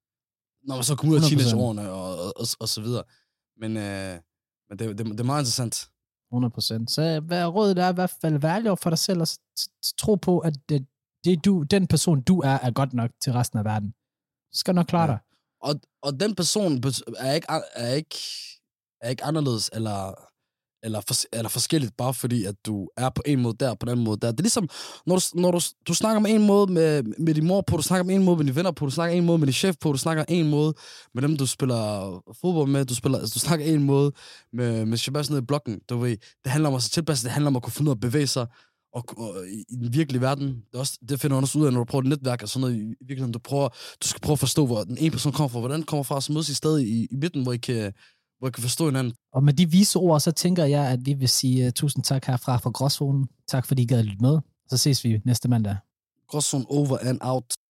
Når man så kommer ud af teenageårene og, og, og, og så videre. Men, øh, men det, det, det er meget interessant. hundrede procent. Så hvad rådet er i hvert fald værlig over for dig selv, og tro på, at det, det du, den person, du er, er godt nok til resten af verden. Så skal du nok klare ja. dig. Og, og den person er ikke, er ikke, er ikke anderledes, eller, eller, for, eller forskelligt, bare fordi, at du er på en måde der, på den anden måde der. Det er ligesom, når du, når du, du snakker med en måde med, med din mor på, du snakker med en måde med dine venner på, du snakker en måde med din chef på, du snakker en måde med dem, du spiller fodbold med, du, spiller, altså, du snakker en måde med, med Shabazz nede i blokken, du ved. Det handler om at se tilpasse, det handler om at kunne finde ud af at bevæge sig, og, og i, i den virkelige verden, det, også, det finder man også ud af, når du prøver et netværk og sådan noget, i virkeligheden, du, prøver, du skal prøve at forstå, hvor den ene person kommer fra, hvordan den kommer fra, så mødes I stadig i, i midten, hvor I kan, hvor I kan forstå hinanden. Og med de vise ord, så tænker jeg, at vi vil sige uh, tusind tak herfra fra Gråzonen. Tak fordi I gad at lytte med. Så ses vi næste mandag. Gråzonen over and out.